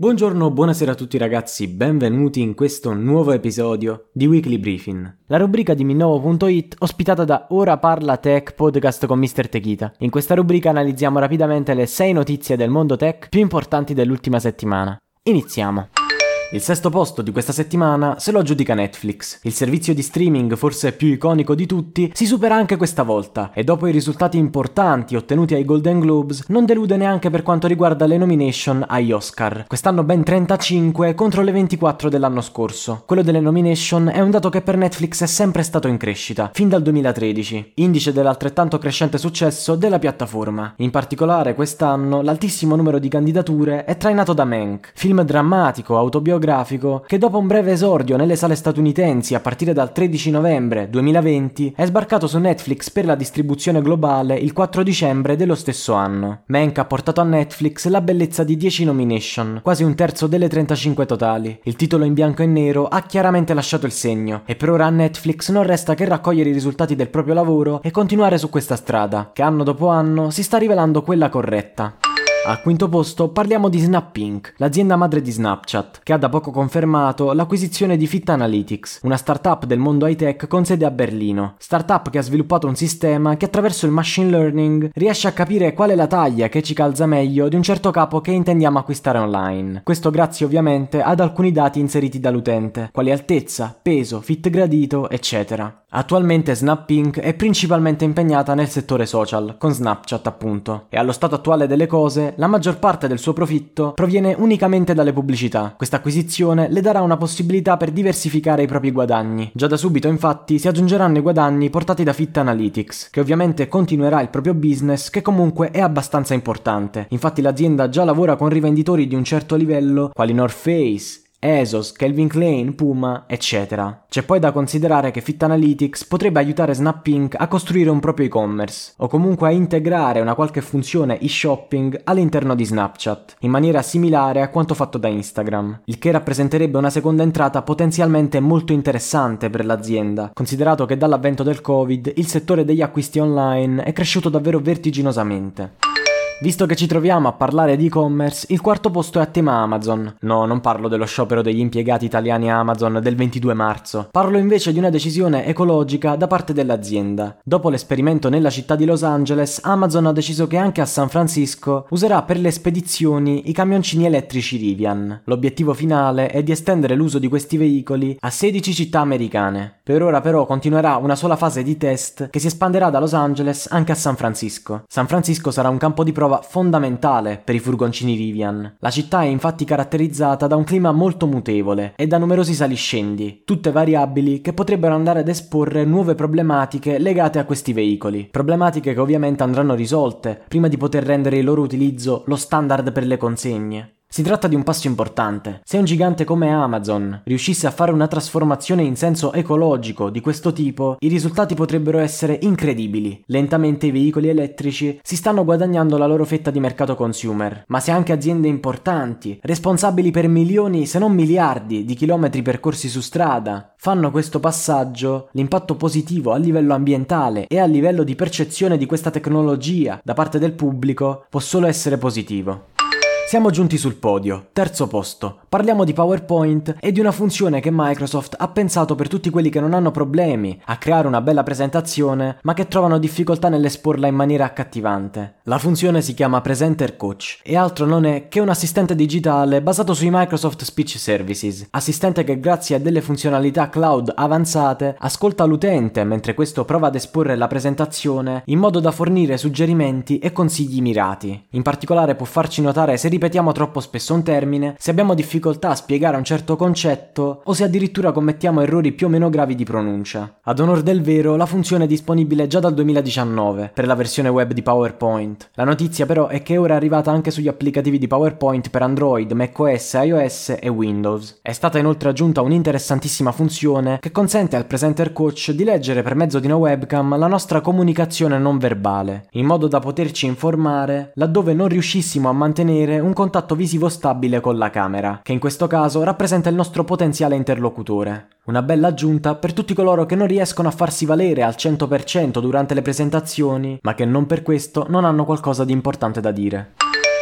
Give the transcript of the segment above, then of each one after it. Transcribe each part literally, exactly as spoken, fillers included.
Buongiorno, buonasera a tutti ragazzi, benvenuti in questo nuovo episodio di Weekly Briefing, la rubrica di minnovo punto it ospitata da Ora Parla Tech Podcast con mister Techita. In questa rubrica analizziamo rapidamente le sei notizie del mondo tech più importanti dell'ultima settimana. Iniziamo! Il sesto posto di questa settimana se lo aggiudica Netflix. Il servizio di streaming forse più iconico di tutti si supera anche questa volta e dopo i risultati importanti ottenuti ai Golden Globes non delude neanche per quanto riguarda le nomination agli Oscar. Quest'anno ben trentacinque contro le ventiquattro dell'anno scorso. Quello delle nomination è un dato che per Netflix è sempre stato in crescita, fin dal duemilatredici, indice dell'altrettanto crescente successo della piattaforma. In particolare quest'anno l'altissimo numero di candidature è trainato da Mank, film drammatico, autobiografico che dopo un breve esordio nelle sale statunitensi a partire dal tredici novembre duemilaventi è sbarcato su Netflix per la distribuzione globale il quattro dicembre dello stesso anno. Mank ha portato a Netflix la bellezza di dieci nomination, quasi un terzo delle trentacinque totali. Il titolo in bianco e nero ha chiaramente lasciato il segno e per ora a Netflix non resta che raccogliere i risultati del proprio lavoro e continuare su questa strada, che anno dopo anno si sta rivelando quella corretta. Al quinto posto parliamo di Snap Inc, l'azienda madre di Snapchat, che ha da poco confermato l'acquisizione di Fit Analytics, una startup del mondo high-tech con sede a Berlino. Startup che ha sviluppato un sistema che attraverso il machine learning riesce a capire qual è la taglia che ci calza meglio di un certo capo che intendiamo acquistare online. Questo grazie ovviamente ad alcuni dati inseriti dall'utente, quali altezza, peso, fit gradito, eccetera. Attualmente Snap Inc è principalmente impegnata nel settore social, con Snapchat appunto, e allo stato attuale delle cose la maggior parte del suo profitto proviene unicamente dalle pubblicità. Questa acquisizione le darà una possibilità per diversificare i propri guadagni. Già da subito infatti si aggiungeranno i guadagni portati da Fit Analytics, che ovviamente continuerà il proprio business che comunque è abbastanza importante. Infatti l'azienda già lavora con rivenditori di un certo livello, quali North Face, ASOS, Calvin Klein, Puma, eccetera. C'è poi da considerare che Fit Analytics potrebbe aiutare Snap Inc a costruire un proprio e-commerce, o comunque a integrare una qualche funzione e-shopping all'interno di Snapchat, in maniera similare a quanto fatto da Instagram, il che rappresenterebbe una seconda entrata potenzialmente molto interessante per l'azienda, considerato che dall'avvento del Covid il settore degli acquisti online è cresciuto davvero vertiginosamente. Visto che ci troviamo a parlare di e-commerce, il quarto posto è a tema Amazon. No, non parlo dello sciopero degli impiegati italiani Amazon del ventidue marzo. Parlo invece di una decisione ecologica da parte dell'azienda. Dopo l'esperimento nella città di Los Angeles, Amazon ha deciso che anche a San Francisco userà per le spedizioni i camioncini elettrici Rivian. L'obiettivo finale è di estendere l'uso di questi veicoli a sedici città americane. Per ora però continuerà una sola fase di test che si espanderà da Los Angeles anche a San Francisco. San Francisco sarà un campo di prova fondamentale per i furgoncini Rivian. La città è infatti caratterizzata da un clima molto mutevole e da numerosi saliscendi, tutte variabili che potrebbero andare ad esporre nuove problematiche legate a questi veicoli. Problematiche che ovviamente andranno risolte prima di poter rendere il loro utilizzo lo standard per le consegne. Si tratta di un passo importante. Se un gigante come Amazon riuscisse a fare una trasformazione in senso ecologico di questo tipo, i risultati potrebbero essere incredibili. Lentamente i veicoli elettrici si stanno guadagnando la loro fetta di mercato consumer, ma se anche aziende importanti, responsabili per milioni se non miliardi di chilometri percorsi su strada, fanno questo passaggio, l'impatto positivo a livello ambientale e a livello di percezione di questa tecnologia da parte del pubblico può solo essere positivo. Siamo giunti sul podio, terzo posto. Parliamo di PowerPoint e di una funzione che Microsoft ha pensato per tutti quelli che non hanno problemi a creare una bella presentazione, ma che trovano difficoltà nell'esporla in maniera accattivante. La funzione si chiama Presenter Coach e altro non è che un assistente digitale basato sui Microsoft Speech Services, assistente che grazie a delle funzionalità cloud avanzate ascolta l'utente mentre questo prova ad esporre la presentazione in modo da fornire suggerimenti e consigli mirati. In particolare può farci notare se ripetiamo troppo spesso un termine, se abbiamo difficoltà a spiegare un certo concetto o se addirittura commettiamo errori più o meno gravi di pronuncia. Ad onor del vero, la funzione è disponibile già dal duemiladiciannove per la versione web di PowerPoint. La notizia però è che ora è arrivata anche sugli applicativi di PowerPoint per Android, macOS, iOS e Windows. È stata inoltre aggiunta un'interessantissima funzione che consente al Presenter Coach di leggere per mezzo di una webcam la nostra comunicazione non verbale, in modo da poterci informare laddove non riuscissimo a mantenere un contatto visivo stabile con la camera, che in questo caso rappresenta il nostro potenziale interlocutore. Una bella aggiunta per tutti coloro che non riescono a farsi valere al cento per cento durante le presentazioni, ma che non per questo non hanno qualcosa di importante da dire.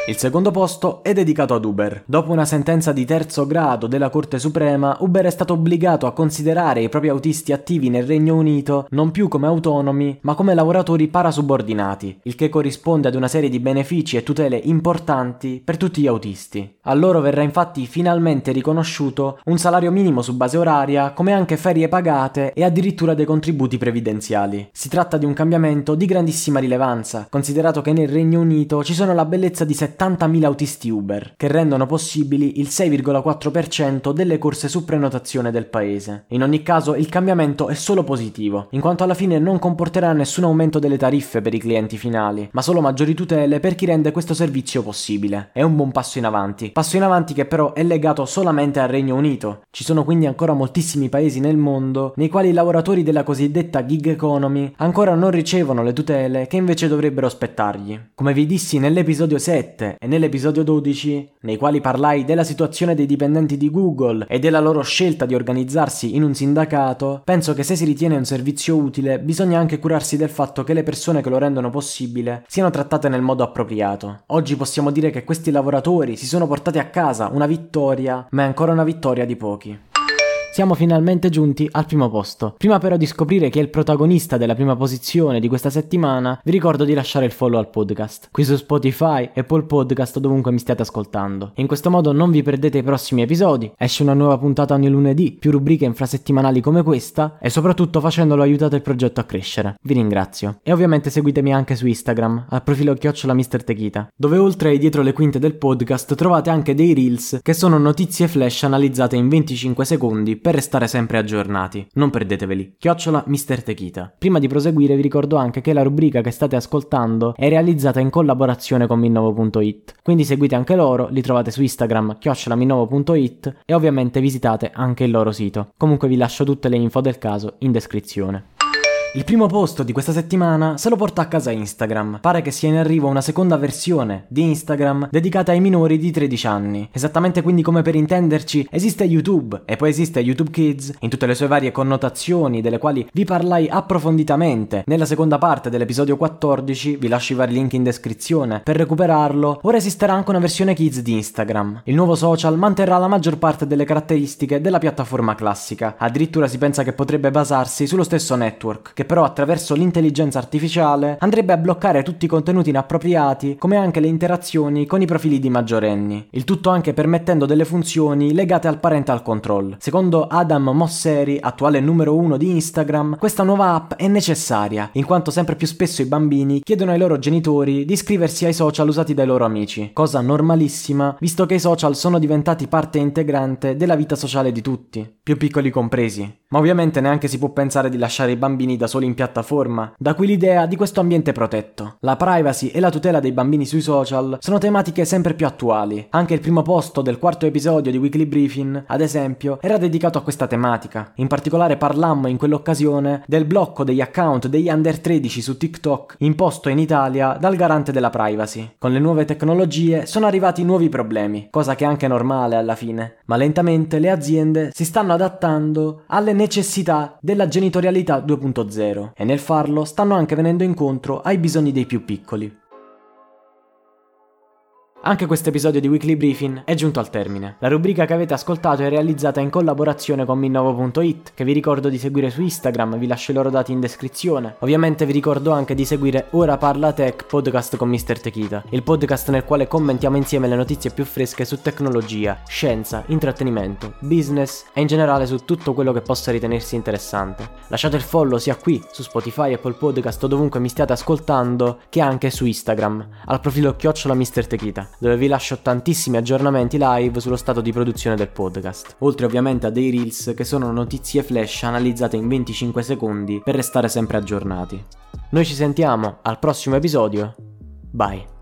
Il secondo posto è dedicato ad Uber. Dopo una sentenza di terzo grado della Corte Suprema, Uber è stato obbligato a considerare i propri autisti attivi nel Regno Unito non più come autonomi, ma come lavoratori parasubordinati, il che corrisponde ad una serie di benefici e tutele importanti per tutti gli autisti. A loro verrà infatti finalmente riconosciuto un salario minimo su base oraria, come anche ferie pagate e addirittura dei contributi previdenziali. Si tratta di un cambiamento di grandissima rilevanza, considerato che nel Regno Unito ci sono la bellezza di settantamila autisti Uber, che rendono possibili il sei virgola quattro per cento delle corse su prenotazione del paese. In ogni caso il cambiamento è solo positivo, in quanto alla fine non comporterà nessun aumento delle tariffe per i clienti finali, ma solo maggiori tutele per chi rende questo servizio possibile. È un buon passo in avanti, passo in avanti che però è legato solamente al Regno Unito. Ci sono quindi ancora moltissimi paesi nel mondo nei quali i lavoratori della cosiddetta gig economy ancora non ricevono le tutele che invece dovrebbero spettargli. Come vi dissi nell'episodio sette e nell'episodio dodici, nei quali parlai della situazione dei dipendenti di Google e della loro scelta di organizzarsi in un sindacato, penso che se si ritiene un servizio utile bisogna anche curarsi del fatto che le persone che lo rendono possibile siano trattate nel modo appropriato. Oggi possiamo dire che questi lavoratori si sono portati a casa una vittoria, ma è ancora una vittoria di pochi. Siamo finalmente giunti al primo posto. Prima però di scoprire chi è il protagonista della prima posizione di questa settimana, vi ricordo di lasciare il follow al podcast, qui su Spotify, Apple Podcast o dovunque mi stiate ascoltando. In questo modo non vi perdete i prossimi episodi, esce una nuova puntata ogni lunedì, più rubriche infrasettimanali come questa e soprattutto facendolo aiutate il progetto a crescere. Vi ringrazio. E ovviamente seguitemi anche su Instagram, al profilo chiocciola mister Techita, dove oltre ai dietro le quinte del podcast trovate anche dei reels che sono notizie flash analizzate in venticinque secondi per restare sempre aggiornati. Non perdeteveli. Chiocciola mister Techita. Prima di proseguire vi ricordo anche che la rubrica che state ascoltando è realizzata in collaborazione con minnovo punto it, quindi seguite anche loro, li trovate su Instagram chiocciola minnovo punto it e ovviamente visitate anche il loro sito. Comunque vi lascio tutte le info del caso in descrizione. Il primo posto di questa settimana se lo porta a casa Instagram. Pare che sia in arrivo una seconda versione di Instagram dedicata ai minori di tredici anni. Esattamente quindi come per intenderci, esiste YouTube e poi esiste YouTube Kids in tutte le sue varie connotazioni, delle quali vi parlai approfonditamente nella seconda parte dell'episodio quattordici, vi lascio i vari link in descrizione per recuperarlo. Ora esisterà anche una versione Kids di Instagram. Il nuovo social manterrà la maggior parte delle caratteristiche della piattaforma classica, addirittura si pensa che potrebbe basarsi sullo stesso network, che però attraverso l'intelligenza artificiale andrebbe a bloccare tutti i contenuti inappropriati, come anche le interazioni con i profili di maggiorenni, il tutto anche permettendo delle funzioni legate al parental control. Secondo Adam Mosseri, attuale numero uno di Instagram, questa nuova app è necessaria, in quanto sempre più spesso i bambini chiedono ai loro genitori di iscriversi ai social usati dai loro amici, cosa normalissima visto che i social sono diventati parte integrante della vita sociale di tutti, più piccoli compresi. Ma ovviamente neanche si può pensare di lasciare i bambini da soli in piattaforma, da qui l'idea di questo ambiente protetto. La privacy e la tutela dei bambini sui social sono tematiche sempre più attuali. Anche il primo posto del quarto episodio di Weekly Briefing, ad esempio, era dedicato a questa tematica. In particolare parlammo in quell'occasione del blocco degli account degli under tredici su TikTok imposto in Italia dal garante della privacy. Con le nuove tecnologie sono arrivati nuovi problemi, cosa che è anche normale alla fine, ma lentamente le aziende si stanno adattando alle necessità della genitorialità due punto zero e nel farlo stanno anche venendo incontro ai bisogni dei più piccoli. Anche questo episodio di Weekly Briefing è giunto al termine. La rubrica che avete ascoltato è realizzata in collaborazione con minnovo punto it, che vi ricordo di seguire su Instagram, vi lascio i loro dati in descrizione. Ovviamente vi ricordo anche di seguire Ora Parla Tech Podcast con mister Techita, il podcast nel quale commentiamo insieme le notizie più fresche su tecnologia, scienza, intrattenimento, business e in generale su tutto quello che possa ritenersi interessante. Lasciate il follow sia qui, su Spotify, Apple Podcast o dovunque mi stiate ascoltando, che anche su Instagram, al profilo chiocciola mister Techita, dove vi lascio tantissimi aggiornamenti live sullo stato di produzione del podcast, oltre ovviamente a dei reels che sono notizie flash analizzate in venticinque secondi per restare sempre aggiornati. Noi ci sentiamo al prossimo episodio, bye!